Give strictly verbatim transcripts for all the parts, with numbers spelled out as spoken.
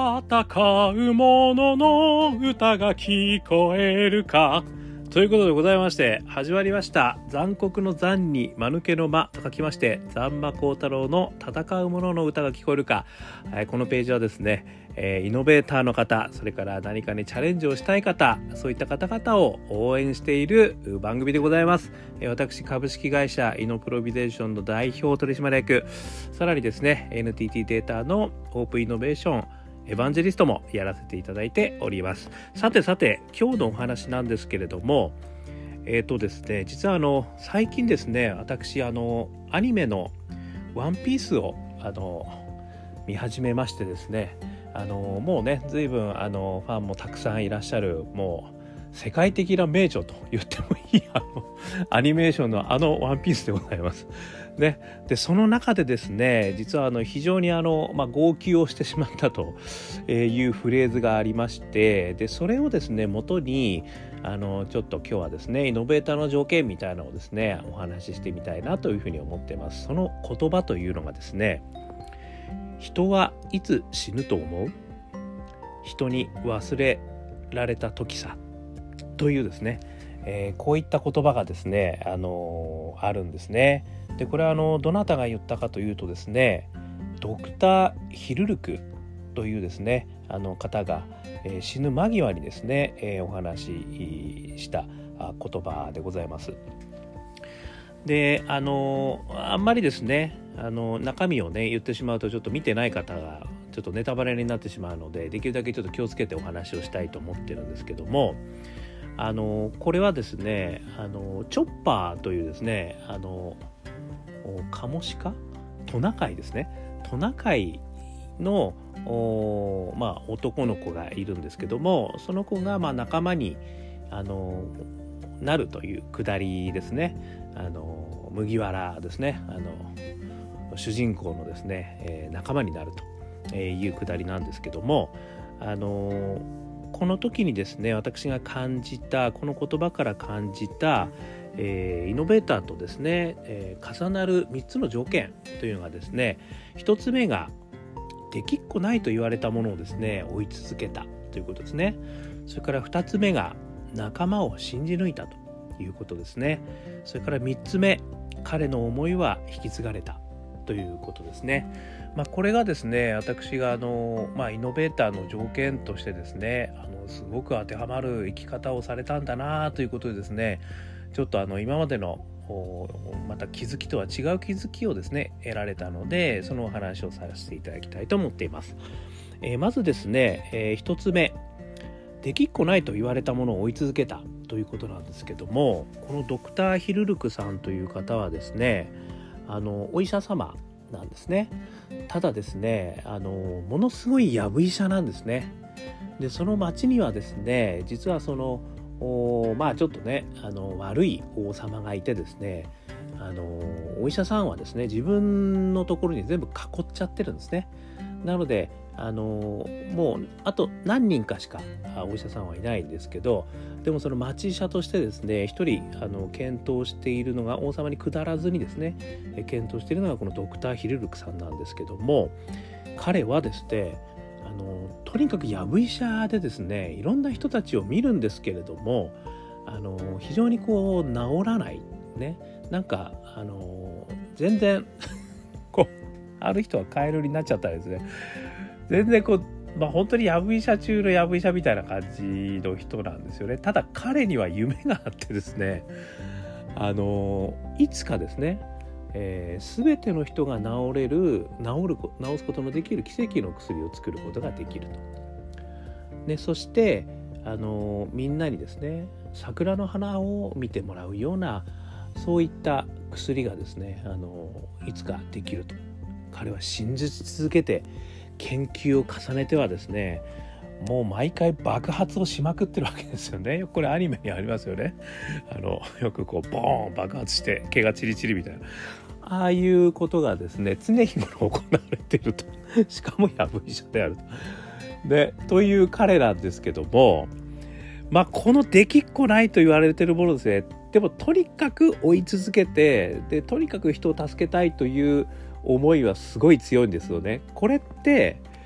戦う者の歌が聞こえるかということでございまして、始まりました残酷の残に間抜けの間と書きまして、残馬高太郎の戦う者の歌が聞こえるか。このページはですね、イノベーターの方、それから何かにチャレンジをしたい方、そういった方々を応援している番組でございます。私、株式会社イノプロビゼーションの代表取締役、さらにですね エヌティーティー データのオープンイノベーションエヴァンジェリストもやらせていただいております。さてさて、今日のお話なんですけれども、えっとですね、実はあの最近ですね、私あのアニメのワンピースをあの見始めましてですね、あのもうね随分あのファンもたくさんいらっしゃる、もう世界的な名著と言ってもいいあのアニメーションのあのワンピースでございますね。でその中でですね、実はあの非常にあの、まあ、号泣をしてしまったというフレーズがありまして、でそれをですね元にあのちょっと今日はですねイノベーターの条件みたいなのをですねお話ししてみたいなというふうに思っています。その言葉というのがですね、人はいつ死ぬと思う？人に忘れられた時さというですね、えー、こういった言葉がですね、あのー、あるんですね。でこれはあのどなたが言ったかというとですね、ドクター・ヒルルクというですねあの方が、えー、死ぬ間際にですね、えー、お話しした言葉でございます。であのあんまりですねあの中身をね言ってしまうとちょっと見てない方がちょっとネタバレになってしまうので、できるだけちょっと気をつけてお話をしたいと思ってるんですけども、あのこれはですねあのチョッパーというですねあのカモシカトナカイですねトナカイのまあ、男の子がいるんですけども、その子がまあ仲間にあのなるというくだりですね。あの麦わらですね、あの主人公のですね、えー、仲間になるというくだりなんですけども、あのこの時にですね私が感じた、この言葉から感じた、えー、イノベーターとですね、えー、重なるみっつの条件というのがですね、ひとつめができっこないと言われたものをですね追い続けたということですね。それからふたつめが仲間を信じ抜いたということですね。それからみっつめ、彼の思いは引き継がれたということですね。まあ、これがですね私があの、まあ、イノベーターの条件としてですねあのすごく当てはまる生き方をされたんだなということでですね、ちょっとあの今までのまた気づきとは違う気づきをですね得られたので、そのお話をさせていただきたいと思っています。えー、まずですね、えー、ひとつめ、できっこないと言われたものを追い続けたということなんですけども、このドクター・ヒルルクさんという方はですねあのお医者様なんですね。ただですねあのものすごいやぶ医者なんですね。でその町にはですね実はそのおまあちょっとねあの悪い王様がいてですね、あのお医者さんはですね自分のところに全部囲っちゃってるんですね。なのであのもうあと何人かしかお医者さんはいないんですけど、でもその町医者としてですね一人あの検討しているのが、王様に下らずにですね検討しているのがこのドクター・ヒルルクさんなんですけども、彼はですねあのとにかくやぶ医者でですねいろんな人たちを見るんですけれども、あの非常にこう治らないね、なんかあの全然こうある人はカエルになっちゃったりですね、全然こうまあ本当にやぶ医者中のやぶ医者みたいな感じの人なんですよね。ただ彼には夢があってですね、あのいつかですねえー、全ての人が治れる治る治すことのできる奇跡の薬を作ることができると、ね、そしてあのみんなにですね桜の花を見てもらうようなそういった薬がですねあのいつかできると彼は信じ続けて研究を重ねてはですね、もう毎回爆発をしまくってるわけですよね。これアニメにありますよね。あのよくこうボーン爆発して毛がチリチリみたいな、ああいうことがですね常日頃行われているとしかもやぶ医者であるとでという彼なんですけども、まあこのできっこないと言われているものですね。でもとにかく追い続けて、でとにかく人を助けたいという思いはすごい強いんですよね。これって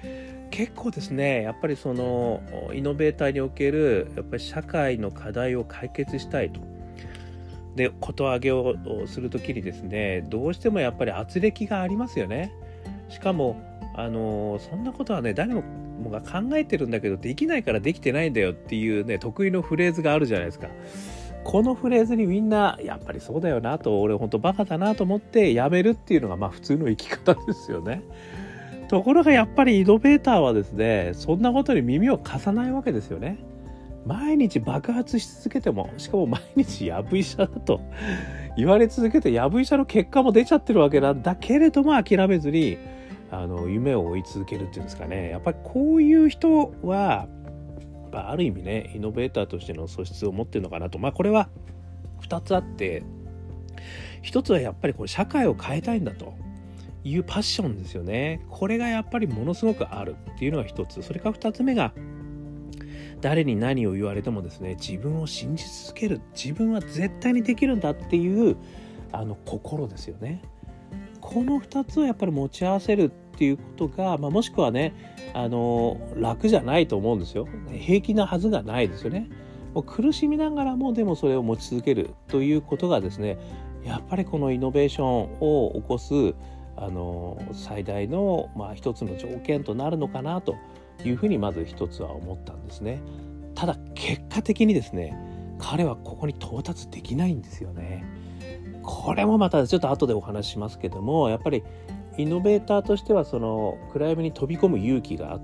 結構ですね、やっぱりそのイノベーターにおけるやっぱり社会の課題を解決したいと。で、こと上げをするときにですね、どうしてもやっぱり圧力がありますよね。しかもあのそんなことはね、誰もが考えてるんだけどできないからできてないんだよっていうね、得意のフレーズがあるじゃないですか。このフレーズにみんなやっぱりそうだよなと、俺本当バカだなと思ってやめるっていうのがまあ普通の生き方ですよね。ところがやっぱりイノベーターはですね、そんなことに耳を貸さないわけですよね。毎日爆発し続けても、しかも毎日やぶ医者だと言われ続けて、やぶ医者の結果も出ちゃってるわけなんだけれども諦めずにあの夢を追い続けるっていうんですかね。やっぱりこういう人はある意味ね、イノベーターとしての素質を持ってるのかなと。まあこれはふたつあって、ひとつはやっぱりこれ社会を変えたいんだというパッションですよね。これがやっぱりものすごくあるっていうのがひとつ。それからふたつめが、誰に何を言われてもですね、自分を信じ続ける、自分は絶対にできるんだっていうあの心ですよね。このふたつをやっぱり持ち合わせるっていうことが、まあ、もしくはね、あの楽じゃないと思うんですよ。平気なはずがないですよね。もう苦しみながらもでもそれを持ち続けるということがですね、やっぱりこのイノベーションを起こすあの最大の、まあ、一つの条件となるのかなというふうにまず一つは思ったんですね。ただ結果的にですね、彼はここに到達できないんですよね。これもまたちょっと後でお話ししますけども、やっぱりイノベーターとしてはその暗闇に飛び込む勇気があって、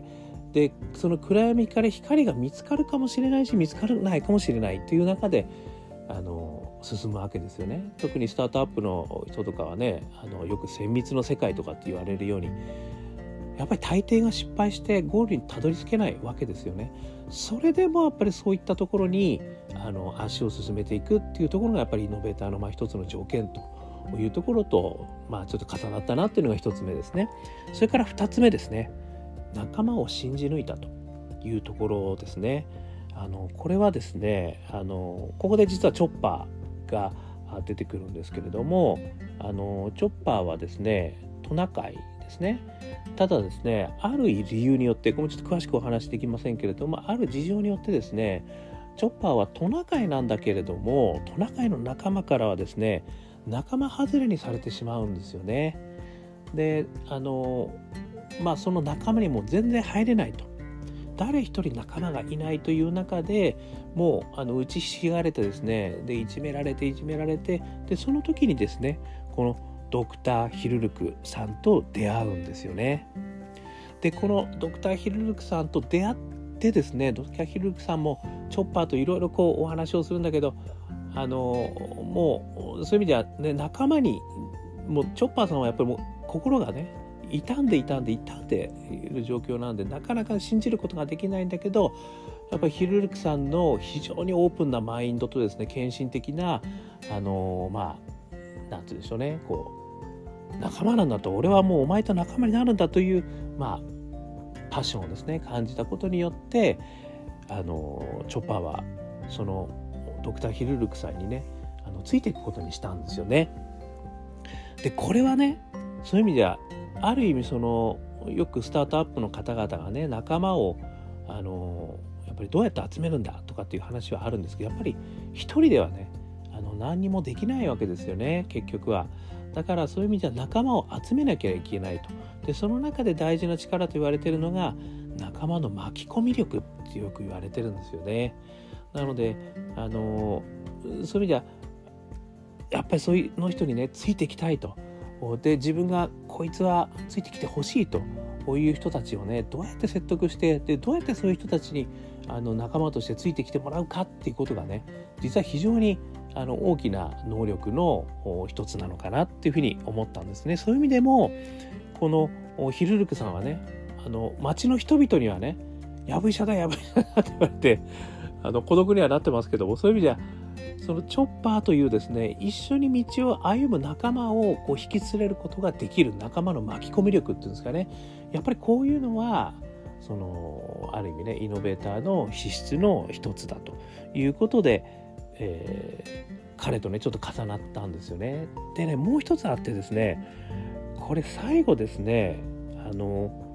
でその暗闇から光が見つかるかもしれないし見つからないかもしれないという中であの進むわけですよね。特にスタートアップの人とかはね、あのよく綿密の世界とかって言われるように、やっぱり大抵が失敗してゴールにたどり着けないわけですよね。それでもやっぱりそういったところにあの足を進めていくっていうところがやっぱりイノベーターのまあ一つの条件というところと、まあ、ちょっと重なったなっていうのが一つ目ですね。それから二つ目ですね、仲間を信じ抜いたというところですね。あのこれはですね、あのここで実はチョッパーが出てくるんですけれども、あのチョッパーはですね、トナカイですね。ただですね、ある理由によって、これもちょっと詳しくお話できませんけれども、ある事情によってですね、チョッパーはトナカイなんだけれども、トナカイの仲間からはですね、仲間外れにされてしまうんですよね。で、あのまあその仲間にも全然入れないと。誰一人仲間がいないという中で、もうあの打ちひしがれてですね、でいじめられていじめられて、でその時にですね、このドクター・ヒルルクさんと出会うんですよね。でこのドクター・ヒルルクさんと出会ってですね、ドクター・ヒルルクさんもチョッパーといろいろこうお話をするんだけど、あのもうそういう意味ではね、仲間にもうチョッパーさんはやっぱりもう心がね、傷んで傷んで傷んでいる状況なんで、なかなか信じることができないんだけど、やっぱりヒルルクさんの非常にオープンなマインドとですね、献身的なあのまあなんて言うんでしょうね、こう仲間なんだと、俺はもうお前と仲間になるんだという、まあパッションをですね感じたことによって、あのチョッパーはそのドクター・ヒルルクさんにね、あのついていくことにしたんですよね。でこれはね、そういう意味ではある意味そのよくスタートアップの方々がね、仲間をあのやっぱりどうやって集めるんだとかっていう話はあるんですけど、やっぱり一人ではね、あの何にもできないわけですよね、結局は。だからそういう意味では仲間を集めなきゃいけないと。でその中で大事な力と言われているのが仲間の巻き込み力ってよく言われてるんですよね。なのであのそういう意味ではやっぱりそういうの人にねついていきたいと。で自分がこいつはついてきてほしいと、こういう人たちをねどうやって説得して、でどうやってそういう人たちにあの仲間としてついてきてもらうかっていうことがね、実は非常にあの大きな能力の一つなのかなっていうふうに思ったんですね。そういう意味でもこのヒルルクさんはね、あの町の人々にはね、やぶ医者だやぶ医者だって言われて、あの孤独にはなってますけども、そういう意味ではそのチョッパーというですね、一緒に道を歩む仲間をこう引き連れることができる仲間の巻き込み力っていうんですかね、やっぱりこういうのはそのある意味ねイノベーターの資質の一つだということで、えー、彼とねちょっと重なったんですよね。でね、もう一つあってですね、これ最後ですね、あの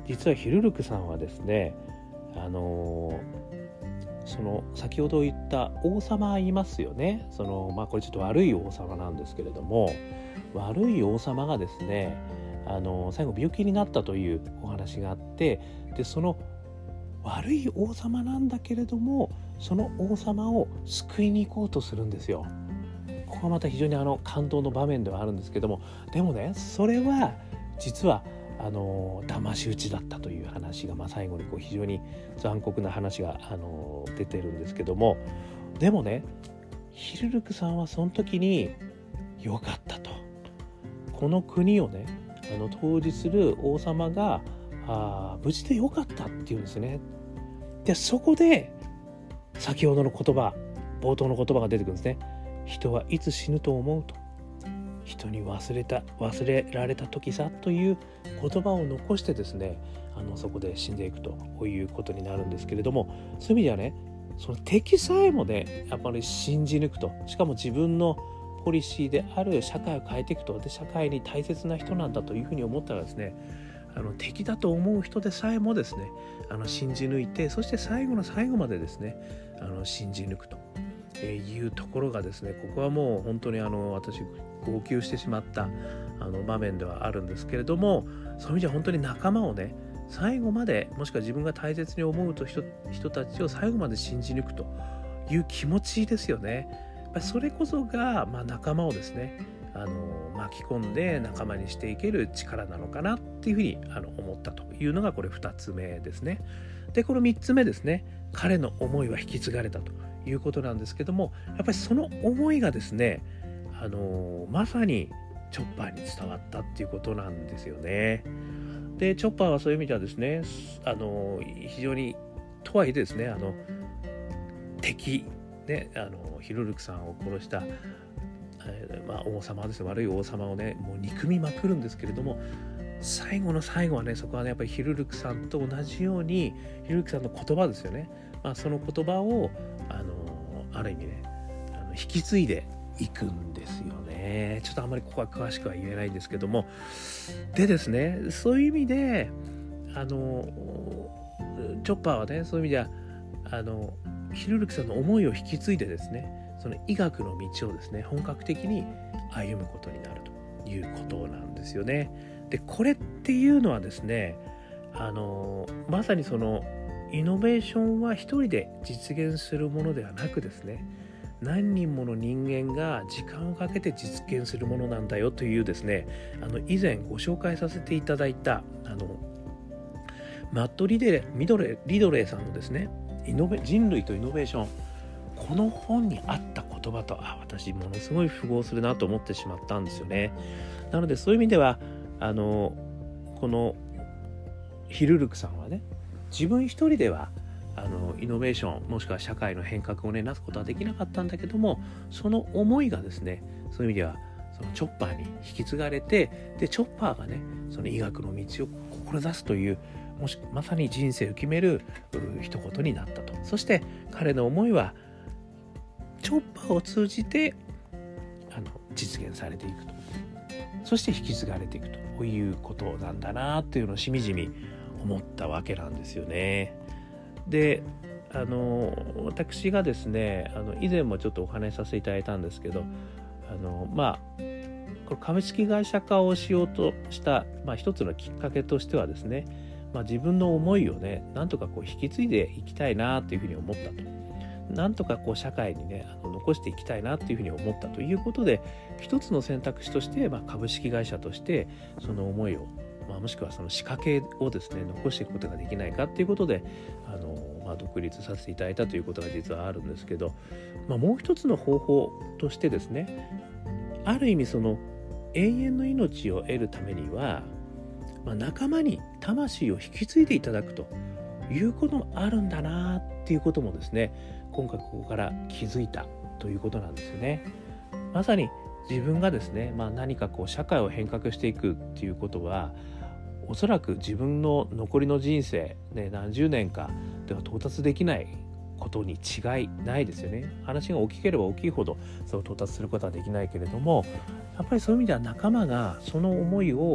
実はヒルルクさんはですね、あのその先ほど言った王様いますよね。そのまあこれちょっと悪い王様なんですけれども、悪い王様がですね、あの最後病気になったというお話があって、でその悪い王様なんだけれども、その王様を救いに行こうとするんですよ。ここはまた非常にあの感動の場面ではあるんですけども、でもね、それは実はあの騙し討ちだったという話が、まあ、最後にこう非常に残酷な話があの出てるんですけども、でもね、ヒルルクさんはその時に良かったと、この国をねあの統治する王様があ無事で良かったっていうんですね。でそこで先ほどの言葉、冒頭の言葉が出てくるんですね。人はいつ死ぬと思うと、人に忘れた忘れられた時さという言葉を残してですね、あのそこで死んでいくということになるんですけれども、そういう意味ではね、その敵さえもねやっぱり信じ抜くと、しかも自分のポリシーである社会を変えていくと、で社会に大切な人なんだというふうに思ったらですね、あの敵だと思う人でさえもですね、あの信じ抜いて、そして最後の最後までですね、あの信じ抜くというところがですね、ここはもう本当にあの私号泣してしまったあの場面ではあるんですけれども、そういう意味では本当に仲間をね最後まで、もしくは自分が大切に思うと 人, 人たちを最後まで信じ抜くという気持ちですよね。やっぱりそれこそが、まあ、仲間をですねあの巻き込んで仲間にしていける力なのかなっていうふうにあの思ったというのがこれふたつめですね。でこのみっつめですね、彼の思いは引き継がれたということなんですけども、やっぱりその思いがですね、あのまさにチョッパーに伝わったっていうことなんですよね。でチョッパーはそういう意味ではですね、あの非常にとはいえですね、あの敵ね、あのヒルルクさんを殺した、えーまあ、王様ですね、悪い王様をねもう憎みまくるんですけれども、最後の最後はね、そこはねやっぱりヒルルクさんと同じように、ヒルルクさんの言葉ですよね、まあ、その言葉をあのある意味ねあの引き継いでいくんですよね。ちょっとあんまりここは詳しくは言えないんですけども、でですね、そういう意味であのチョッパーはね、そういう意味ではあのヒルルクさんの思いを引き継いでですね、その医学の道をですね本格的に歩むことになるということなんですよね。でこれっていうのはですね、あのまさにそのイノベーションは一人で実現するものではなくですね、何人もの人間が時間をかけて実現するものなんだよというですね、あの以前ご紹介させていただいたあのマット・リデレミドレリドレーさんのですね、イノベ人類とイノベーション、この本にあった言葉とあ私ものすごい符合するなと思ってしまったんですよね。なのでそういう意味ではあのこのヒルルクさんはね、自分一人ではあのイノベーションもしくは社会の変革をねなすことはできなかったんだけども、その思いがですね、そういう意味ではそのチョッパーに引き継がれて、でチョッパーがねその医学の道を志すというもしまさに人生を決める一言になったと。そして彼の思いはチョッパーを通じてあの実現されていくと、そして引き継がれていくということなんだなっていうのをしみじみ思ったわけなんですよね。であの私がですねあの以前もちょっとお話しさせていただいたんですけど、あのまあこれ株式会社化をしようとした、まあ、一つのきっかけとしてはですね、まあ、自分の思いをねなんとかこう引き継いでいきたいなというふうに思ったと、なんとかこう社会にねあの残していきたいなというふうに思ったということで、一つの選択肢として、まあ、株式会社としてその思いを、まあ、もしくはその仕掛けをですね残していくことができないかということであの、まあ、独立させていただいたということが実はあるんですけど、まあ、もう一つの方法としてですね、ある意味その永遠の命を得るためには、まあ、仲間に魂を引き継いでいただくということもあるんだなっていうこともですね、今回ここから気づいたということなんですよね。まさに自分がですね、まあ、何かこう社会を変革していくっていうことはおそらく自分の残りの人生、ね、何十年かでは到達できないことに違いないですよね。話が大きければ大きいほどそう到達することはできないけれども、やっぱりそういう意味では仲間がその思いを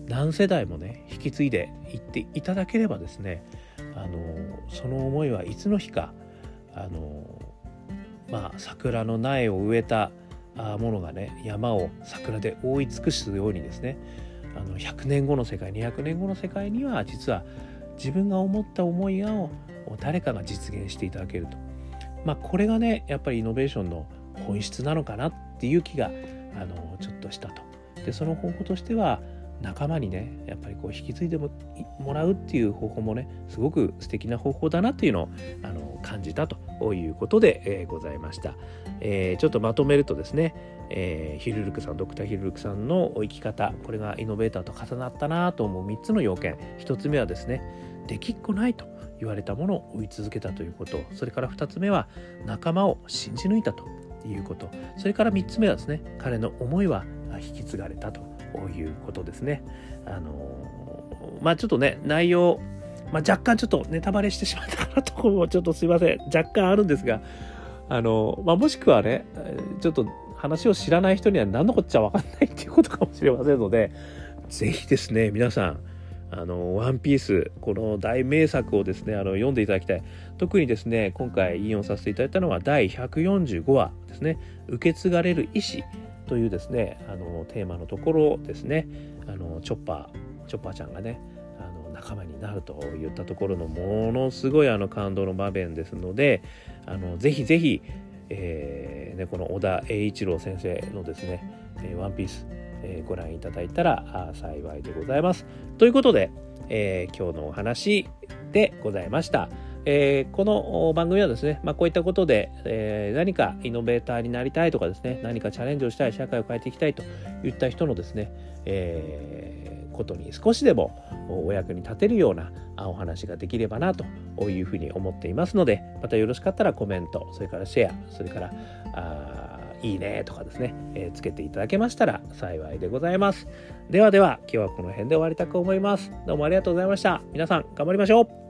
何世代もね引き継いでいっていただければですね、あのその思いはいつの日かあのまあ桜の苗を植えたものがね山を桜で覆い尽くすようにですね、あのひゃくねんごの世界にひゃくねんごの世界には実は自分が思った思いを誰かが実現していただけると、まあこれがねやっぱりイノベーションの本質なのかなっていう気があのちょっとしたと。でその方法としては仲間にねやっぱりこう引き継いで も, もらうっていう方法もねすごく素敵な方法だなっていうのをあの感じたということで、えー、ございました、えー、ちょっとまとめるとですね、えー、ヒルルクさんドクターヒルルクさんの生き方、これがイノベーターと重なったなと思うみっつの要件。ひとつめはですね、できっこないと言われたものを追い続けたということ。それからふたつめは仲間を信じ抜いたということ。それからみっつめはですね、彼の思いは引き継がれたということですね。あのー、まあちょっとね内容、まあ、若干ちょっとネタバレしてしまったかなところもちょっとすいません若干あるんですが、あのー、まあもしくはねちょっと話を知らない人には何のこっちゃ分かんないっていうことかもしれませんので、ぜひですね皆さんあのワンピースこの大名作をですねあの読んでいただきたい。特にですね今回引用させていただいたのはだいひゃくよんじゅうごわですね、受け継がれる意志というですねあのテーマのところですね、あのチョッパーチョッパーちゃんがねあの仲間になるといったところのものすごいあの感動の場面ですので、あのぜひぜひ、えーね、この小田栄一郎先生のですね、えー、ワンピース、えー、ご覧いただいたら幸いでございます。ということで、えー、今日のお話でございました。えー、この番組はですね、まあ、こういったことで、えー、何かイノベーターになりたいとかですね、何かチャレンジをしたい、社会を変えていきたいといった人のですね、えー、ことに少しでもお役に立てるようなお話ができればなというふうに思っていますので、またよろしかったらコメント、それからシェア、それからあいいねとかですね、えー、つけていただけましたら幸いでございます。ではでは今日はこの辺で終わりたく思います。どうもありがとうございました。皆さん頑張りましょう。